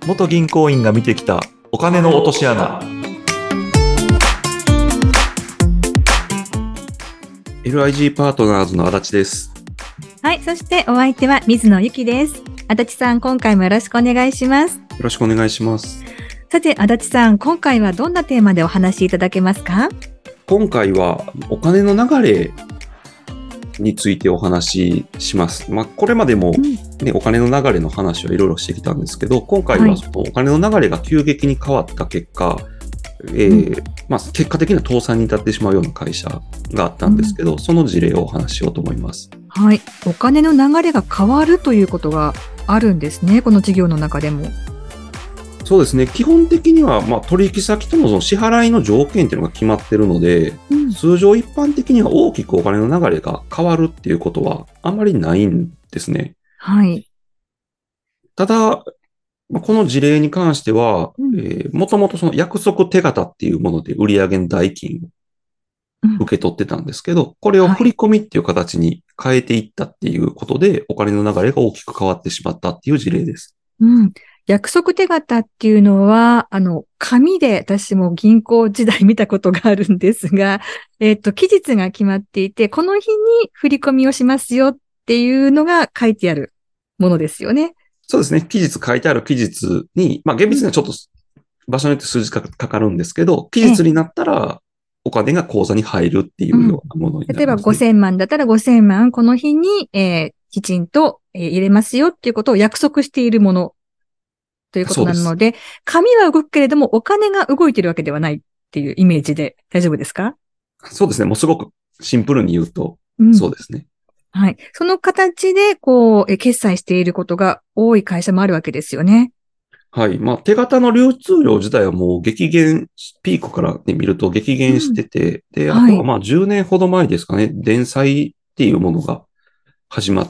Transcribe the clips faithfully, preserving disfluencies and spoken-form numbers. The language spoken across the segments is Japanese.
元銀行員が見てきたお金の落とし穴。 エルアイジー パートナーズの足立です。 はい、そしてお相手は水野ゆきです。足立さん、今回もよろしくお願いします。よろしくお願いします。 さて、足立さん、今回はどんなテーマでお話しいただけますか？ 今回はお金の流れについてお話しします。まあ、これまでも、ねうん、お金の流れの話はいろいろしてきたんですけど、今回はそのお金の流れが急激に変わった結果、はいえーまあ、結果的には倒産に至ってしまうような会社があったんですけど、うん、その事例をお話ししようと思います。 はい、お金の流れが変わるということがあるんですね、この事業の中でも。 そうですね、基本的には、まあ、取引先とのその支払いの条件というのが決まっているので、うん、通常一般的には大きくお金の流れが変わるっていうことはあまりないんですね。 はい。 ただ、この事例に関しては、うんえー、もともとその約束手形っていうもので売上の代金を受け取ってたんですけど、うん、これを振り込みっていう形に変えていったっていうことで、はい、お金の流れが大きく変わってしまったっていう事例です。 うん。約束手形っていうのは、あの、紙で私も銀行時代見たことがあるんですが、えっと、期日が決まっていて、この日に振り込みをしますよっていうのが書いてあるものですよね。 そうですね。期日書いてある期日に、まあ厳密にはちょっと場所によって数字がかかるんですけど、期日になったらお金が口座に入るっていうようなものになります、ねうん、 例えばごせんまんだったらごせんまんこの日に、えー、きちんと入れますよっていうことを約束しているものということなので、紙は動くけれどもお金が動いているわけではないっていうイメージで大丈夫ですか？ そうですね。もうすごくシンプルに言うと、うん、そうですね。 はい。その形で、こう、決済していることが多い会社もあるわけですよね。 はい。まあ、手形の流通量自体はもう激減、ピークから、ね、見ると激減してて、うん、で、あとはまあじゅうねんほど前ですかね、電債っていうものが始まって、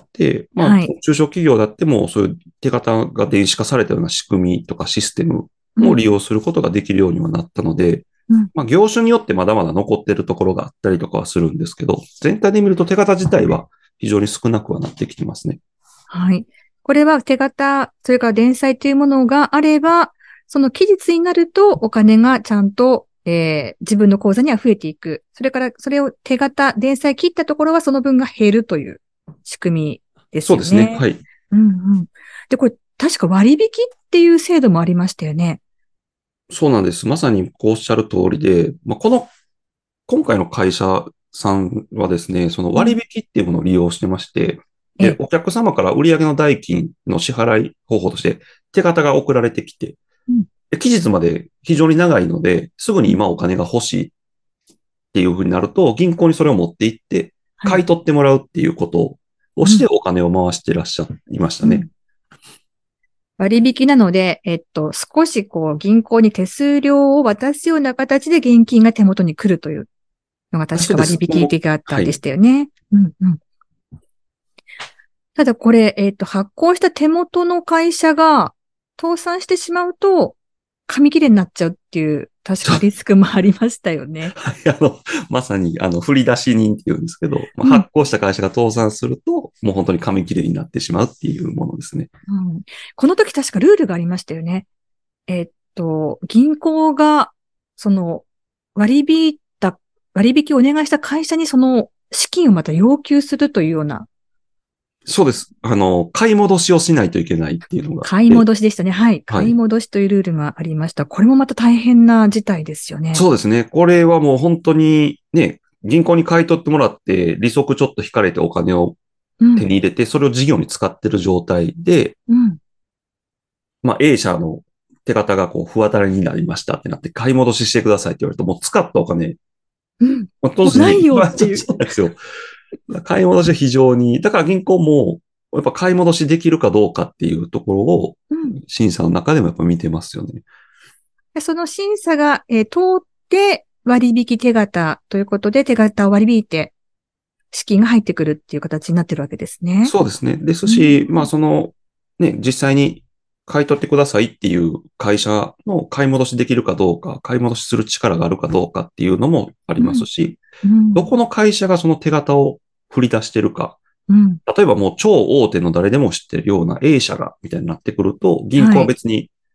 まあ、はい、中小企業だってもそういう手形が電子化されたような仕組みとかシステムも利用することができるようにはなったので、うん、まあ、業種によってまだまだ残っているところがあったりとかはするんですけど、全体で見ると手形自体は非常に少なくはなってきてますね。 はい。これは手形、それから電債というものがあれば、その期日になるとお金がちゃんと、えー、自分の口座には増えていく。それからそれを手形、電債切ったところはその分が減るという仕組みですよね。 そうですね。はい。 うんうん。で、これ確か割引っていう制度もありましたよね。 そうなんです。まさにこうおっしゃる通りで、まあ、この、今回の会社さんはですね、その割引っていうものを利用してまして、うん、で、お客様から売上の代金の支払い方法として手形が送られてきて、うん、で期日まで非常に長いので、すぐに今お金が欲しいっていうふうになると、銀行にそれを持って行って、買い取ってもらうっていうことをしてお金を回していらっしゃいましたね。うんうん割引なので、えっと、少しこう、銀行に手数料を渡すような形で現金が手元に来るというのが確か割引手形でしたよね。うんうん。ただこれ、えっと、発行した手元の会社が倒産してしまうと、紙切れになっちゃうっていう、確かリスクもありましたよね。 はい、あの、まさに、あの、振り出し人って言うんですけど、まあ、発行した会社が倒産すると、うん、もう本当に紙切れになってしまうっていうものですね。 うん、この時確かルールがありましたよね。えっと、銀行が、その、割引った、割引をお願いした会社にその資金をまた要求するというような。 そうです。あの、買い戻しをしないといけないっていうのが。 買い戻しでしたね。はい。買い戻しというルールがありました。はい、これもまた大変な事態ですよね。 そうですね。これはもう本当にね、銀行に買い取ってもらって、利息ちょっと引かれてお金を手に入れて、うん、それを事業に使ってる状態で、うん、まあ A 社の手形がこう、不当たりになりましたってなって、買い戻ししてくださいって言われると、もう使ったお金、 うん。まあ、当時ないよっていう。 そうなんですよ。買い戻しは非常に、だから銀行も、やっぱ買い戻しできるかどうかっていうところを、審査の中でもやっぱ見てますよね。 うん、その審査が、えー、通って割引手形ということで、手形を割り引いて、資金が入ってくるっていう形になってるわけですね。 そうですね。ですし、うん、まあその、ね、実際に買い取ってくださいっていう会社の買い戻しできるかどうか、買い戻しする力があるかどうかっていうのもありますし、うんうん、どこの会社がその手形を振り出してるか、うん、例えばもう超大手の誰でも知ってるような A 社がみたいになってくると、銀行は別に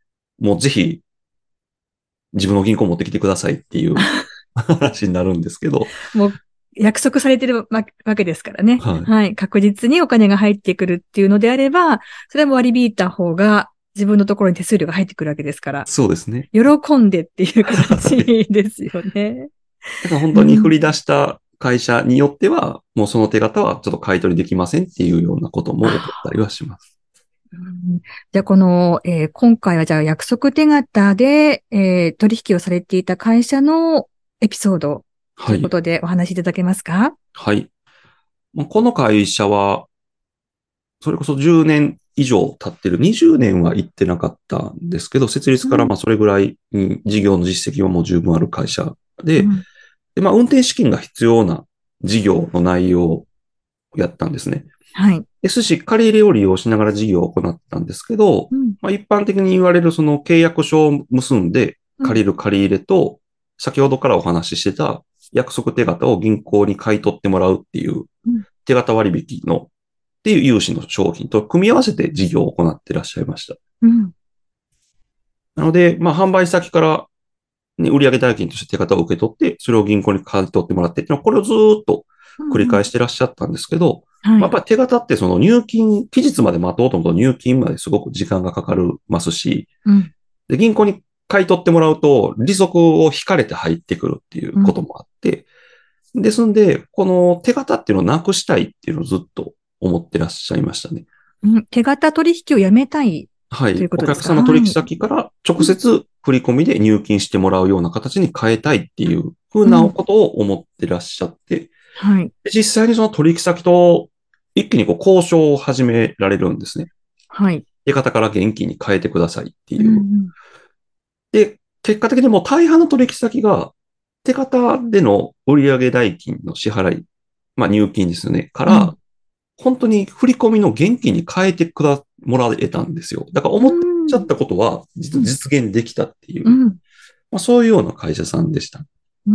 もうぜひ自分の銀行持ってきてくださいっていう話になるんですけど。 もう約束されてるわわけですからね。 はい。 はい。確実にお金が入ってくるっていうのであれば、それも割り引いた方が自分のところに手数料が入ってくるわけですから。 そうですね。 喜んでっていう形ですよね。 だから本当に振り出した会社によっては、もうその手形はちょっと買い取りできませんっていうようなことも起こったりはします。 うん、じゃあこの、えー今回はじゃあ約束手形で、えー取引をされていた会社のエピソードとはい。 いうことでお話しいただけますか？ はい。まあこの会社は、それこそじゅうねん以上経ってる、にじゅうねんは行ってなかったんですけど、設立からまあそれぐらい、うん事業の実績はもう十分ある会社で、 うん、 で、まあ運転資金が必要な事業の内容をやったんですね。 はい。 ですし、借り入れを利用しながら事業を行ったんですけど、 うん、 まあ、一般的に言われるその契約書を結んでうん、 借りる借り入れと、先ほどからお話ししてた約束手形を銀行に買い取ってもらうっていううん、 手形割引のっていう融資の商品と組み合わせて事業を行っていらっしゃいました。 うん、 なので、まあ、販売先から、ね、売上代金として手形を受け取って、それを銀行に買い取ってもらってっていうのは、これをずーっと繰りうん、うん。 返していらっしゃったんですけど、まあ、やっはい。 ぱり手形ってその入金、期日まで待とうと思うと入金まですごく時間がかかりますし、 うん、 で、銀行に買い取ってもらうと、利息を引かれて入ってくるっていううん、 こともあって、ですんで、この手形っていうのをなくしたいっていうのをずっと思ってらっしゃいましたね。 うん。手形取引をやめたいというはい。おことですか？ 客さんの取引はい。 先から直うん、 接振り込みで入金してもらうような形に変えたいっていうふううん。 なことを思ってらっしゃって、 はい。 で実際にその取引先と一気にこう交渉を始められるんですね。 はい。 出方から現金に変えてくださいってうん、ういう。 ん。 で、結果的にもう大半の取引先が手形での売上代金の支払い、まあ入金ですよね。かうん、 ら、本当に振り込みの現金に変えてくだ、もらえたんですよ。だからう思っちゃっん、 たことは実うん。 実現できたっていう、 うん、 まあ、そういうような会社さんでした。 うん。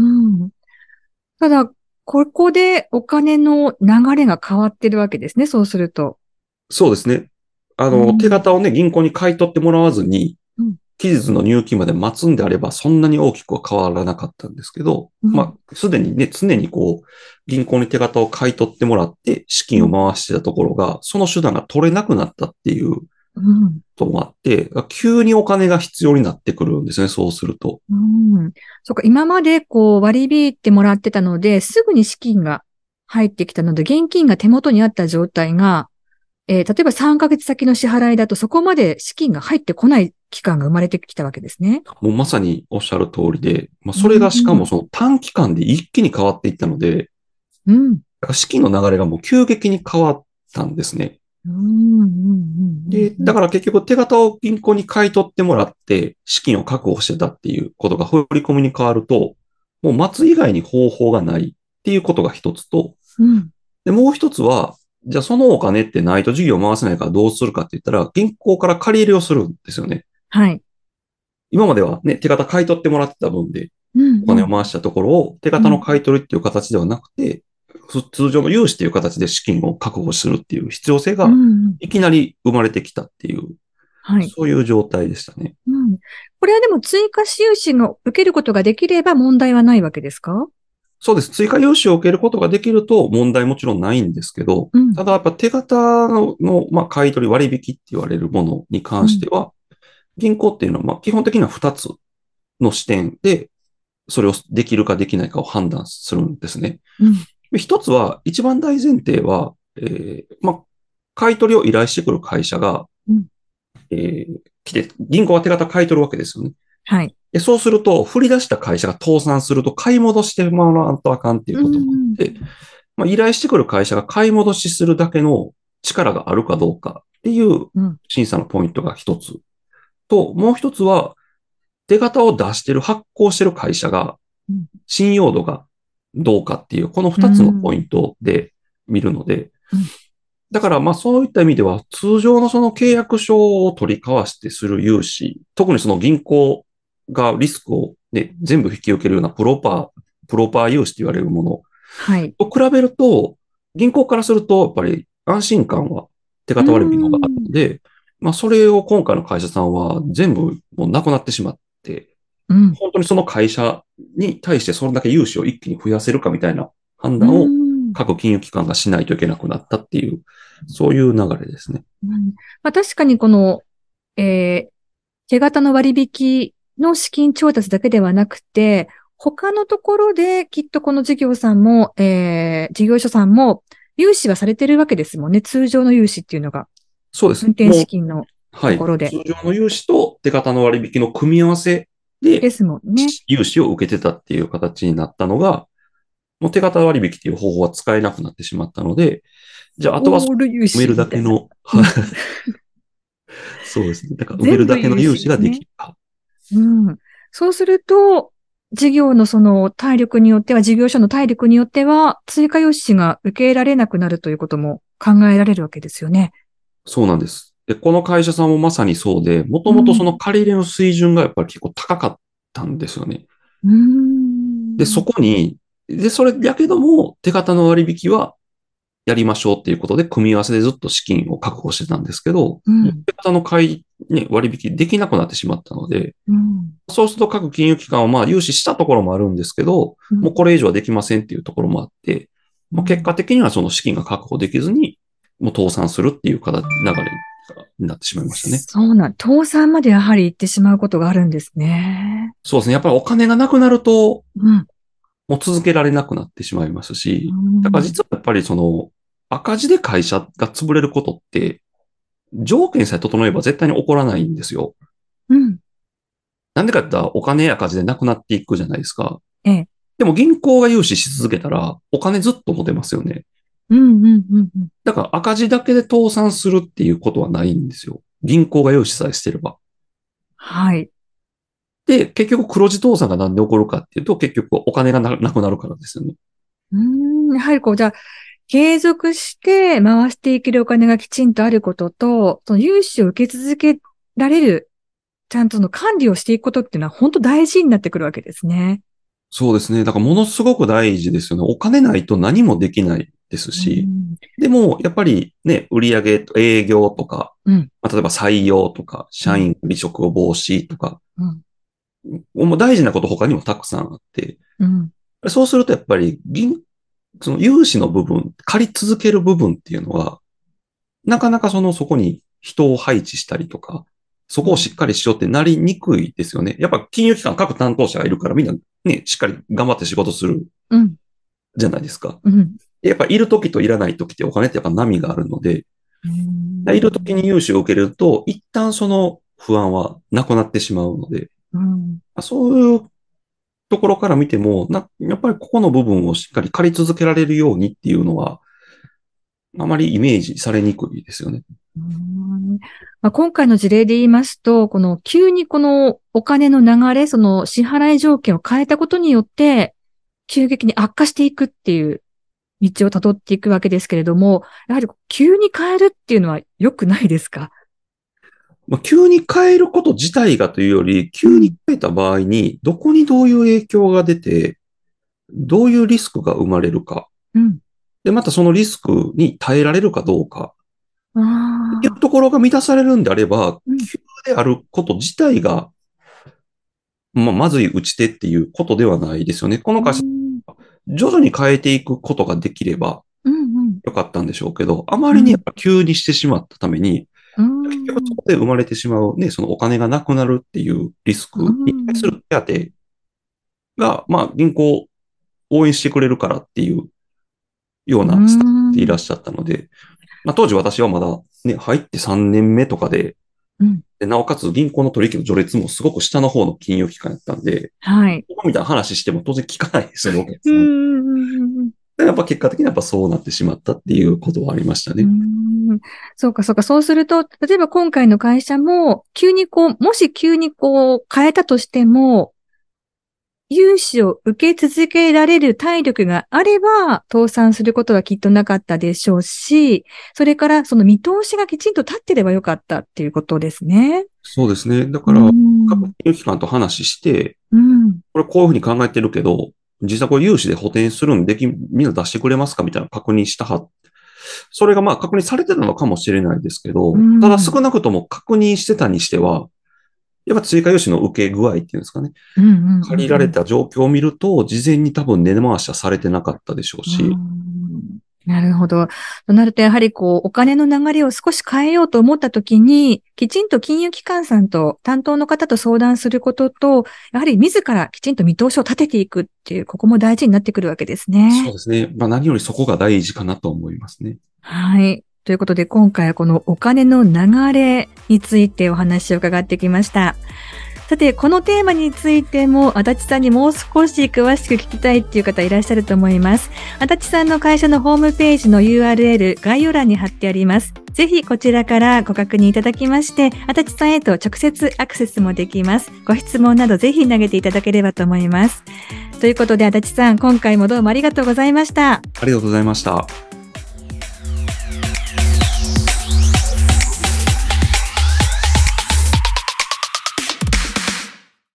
ただ、ここでお金の流れが変わってるわけですね、そうすると。 そうですね。あの、手うん、 形をね、銀行に買い取ってもらわずに、 うん、 期日の入金まで待つんであれば、そんなに大きくは変わらなかったんですけど、 うん、 まあ、すでにね、常にこう、銀行に手形を買い取ってもらって、資金をうん、 回してたところが、その手段が取れなくなったっていううん、 こともあって、急にお金が必要になってくるんですね、そうすると。 うん。そっか、今までこう割り引いてもらってたので、すぐに資金が入ってきたので、現金が手元にあった状態が、えー例えばさんかげつ先の支払いだとそこまで資金が入ってこない期間が生まれてきたわけですね。 もうまさにおっしゃる通りで、まあ、 うそれがしかもん、 その短期間で一気に変わっていったので、 うん、 だから資金の流れがもう急激に変わったんですね。 うん、うん、うん、 で、 うん。 だから結局手形を銀行に買い取ってもらって資金を確保してたっていうことが振り込みに変わると、もう待つ以外に方法がないっていうことが一つと、 うん、 で、もう一つは、じゃあそのお金ってないと事業を回せないからどうするかって言ったら、銀行から借り入れをするんですよね。 はい。 今まではね、手形買い取ってもらってた分でうん、 お金をうん、 回したところを手形のうん、 買い取りっていう形ではなくて、通常の融資っていう形で資金を確保するっていう必要性がうん。 いきなり生まれてきたっていう、 はい。 そういう状態でしたね。 うん。これはでも追加収支を受けることができれば問題はないわけですか？ そうです。追加融資を受けることができると問題もちろんないんですけど、 うん、 ただやっぱ手形の、のまあ、買い取り割引って言われるものにうん、 関しては、銀行っていうのはまあ基本的にはふたつの視点で、それをできるかできないかを判断するんですね。 うん、 一つは、一番大前提は、えー、まあ、買い取りを依頼してくる会社が、 うん。 えー、来て、銀行は手形買い取るわけですよね。 はい。 でそうすると、振り出した会社が倒産すると買い戻してもらわんとあかんっていううこともあっん、 て、まあ、依頼してくる会社が買い戻しするだけの力があるかどうかっていううん、 審査のポイントが一つと、もう一つは、手形を出してる、発行してる会社がうん、 信用度がどうかっていう、このう二つのポイん、 ントで見るので、 うん。 だからまあそういった意味では、通常のその契約書を取り交わしてする融資、特にその銀行がリスクを、ね、全部引き受けるようなプロパー、プロパー融資と言われるものはい。 と比べると、銀行からすると、やっぱり安心感は手う形割引の方があるん、 ので、 まあ、それを今回の会社さんは全部もうなくなってしまって、 うん。 本当にその会社に対してそれだけ融資を一気に増やせるかみたいな判う断をん。 各金融機関がしないといけなくなったっていう、そういう流れですね。 うん、まあ、確かにこの、えー手形の割引の資金調達だけではなくて、他のところできっとこの事業さんも、えー事業所さんも融資はされてるわけですもんね。通常の融資っていうのが。 そうです。 運転もう、 資金のはい。 ところで。 通常の融資と手形の割引の組み合わせでですもんね。 融資を受けてたっていう形になったのが、もう手形割引っていう方法は使えなくなってしまったので、じゃあ、あとはオール融埋める資みたいな。 だけの、 うん、 そうですね。だから埋めるだけの全部融融資ができ資ですね。 るか。 うん。そうすると、事業のその体力によっては、事業所の体力によっては、追加融資が受け入れられなくなるということも考えられるわけですよね。 そうなんです。で、この会社さんもまさにそうで、もともとそうん。 の借り入れの水準がやっぱり結構高かったんですよね。 うーで、そん。 こに、で、それだけども、手形の割引はやりましょうっていうことで、組み合わせでずっと資金を確保してたんですけど、 うん。 手形の買い、ね、割引できなくなってしまったので、 うん。 そうすると各金融機関はまあ融資したところもあるんですけど、 うん。 もうこれ以上はできませんっていうところもあって、まあ、結うん。 果的にはその資金が確保できずに、もう倒産するっていう形、流れになってしまいましたね。 そうなん、倒産までやはり行ってしまうことがあるんですね。 そうですね。やっぱりお金がなくなると、 うん。 もう続けられなくなってしまいますうし、だからん。 実はやっぱりその赤字で会社が潰れることって、条件さえ整えば絶対に起こらないんですよ。 うん。 なんでかって言ったらお金赤字でなくなっていくじゃないですか。 ええ。 でも銀行が融資し続けたらお金ずっと持てますよね。 うん。うん。うん。うん。 だから赤字だけで倒産するっていうことはないんですよ。銀行が融資さえしてれば。 はい。 で、結局黒字倒産がなんで起こるかっていうと、結局お金がななくなるからですよね。 うん。やはりこう、じゃあ、継続して回していけるお金がきちんとあることと、その融資を受け続けられる、ちゃんとその管理をしていくことっていうのは本当大事になってくるわけですね。 そうですね。だからものすごく大事ですよね。お金ないと何もできないですうし。 ん。 でも、やっぱりね、売上と営業とか、 うん。 まあ、例えば採用とか、 うん。 社員離職を防止とか、 うん。 もう大事なこと他にもたくさんあって、 うん。 そうするとやっぱり銀、その融資の部分、借り続ける部分っていうのは、なかなかそのそこに人を配置したりとか、そこをしっかりしようってなりにくいですよね。やっぱ金融機関各担当者がいるからみんなね、しっかり頑張って仕事するうん。 じゃないですか。 うん。 やっぱいる時といらない時ってお金ってやっぱ波があるので、 ういる時ん。 に融資を受けると、一旦その不安はなくなってしまうので、 うん。 そういうところから見ても、な、やっぱりここの部分をしっかり借り続けられるようにっていうのは、あまりイメージされにくいですよね。 うん、まあ、今回の事例で言いますと、この急にこのお金の流れ、その支払い条件を変えたことによって、急激に悪化していくっていう道をたどっていくわけですけれども、やはり急に変えるっていうのは良くないですか？ まあ、急に変えること自体がというより、急にうん。 変えた場合に、どこにどういう影響が出て、どういうリスクが生まれるか。 うん。 で、またそのリスクに耐えられるかどうか。 ああ。 いうところが満たされるんであれば、 うん。 急であること自体が、まあ、まずい打ち手っていうことではないですよね。このう会社、 ん。 徐々に変えていくことができればうん。 よかったんでしょうけど、あまうん。 りにやっぱ急にしてしまったために、 う結局そん。 こで生まれてしまうね、そのお金がなくなるっていうリスうクに対すん。 る手当が、まあ、銀行を応援してくれるからっていうよううなスタッフでいらっん。 しゃったので、まあ、当時私はまだね、入ってさんねんめとかで、 うん。 で、なおかつ銀行の取引の序列もすごく下の方の金融機関やったんで、 はい。 ここみたいな話しても当然聞かないですよね、お客うさん。 ん。 でやっぱ結果的にやっぱそうなってしまったっていうことはありましたうーね。 ん、そうか、そうか。そうすると、例えば今回の会社も、急にこう、もし急にこう、変えたとしても、融資を受け続けられる体力があれば、倒産することはきっとなかったでしょうし、それからその見通しがきちんと立ってればよかったっていうことですね。 そうですね。だうーから、各金ん、 融機関と話して、 うん、 これこういうふうに考えてるけど、実際これ融資で補填するんでき、みんな出してくれますかみたいな確認したは、 それがまあ確認されてたのかもしれないですけど、 うん、 ただ少なくとも確認してたにしては、やっぱ追加融資の受け具合っていうんですかね。 うんうんうんうん、 借りられた状況を見ると、事前に多分根回しはされてなかったでしょうし。 うん、なるほど。となると、やはりこう、お金の流れを少し変えようと思ったときに、きちんと金融機関さんと担当の方と相談することと、やはり自らきちんと見通しを立てていくっていう、ここも大事になってくるわけですね。 そうですね。まあ何よりそこが大事かなと思いますね。 はい。ということで、今回はこのお金の流れについてお話を伺ってきました。さて、このテーマについても、足立さんにもう少し詳しく聞きたいっていう方いらっしゃると思います。足立さんの会社のホームページの ユーアールエル、概要欄に貼ってあります。ぜひこちらからご確認いただきまして、足立さんへと直接アクセスもできます。ご質問などぜひ投げていただければと思います。ということで、足立さん、今回もどうもありがとうございました。 ありがとうございました。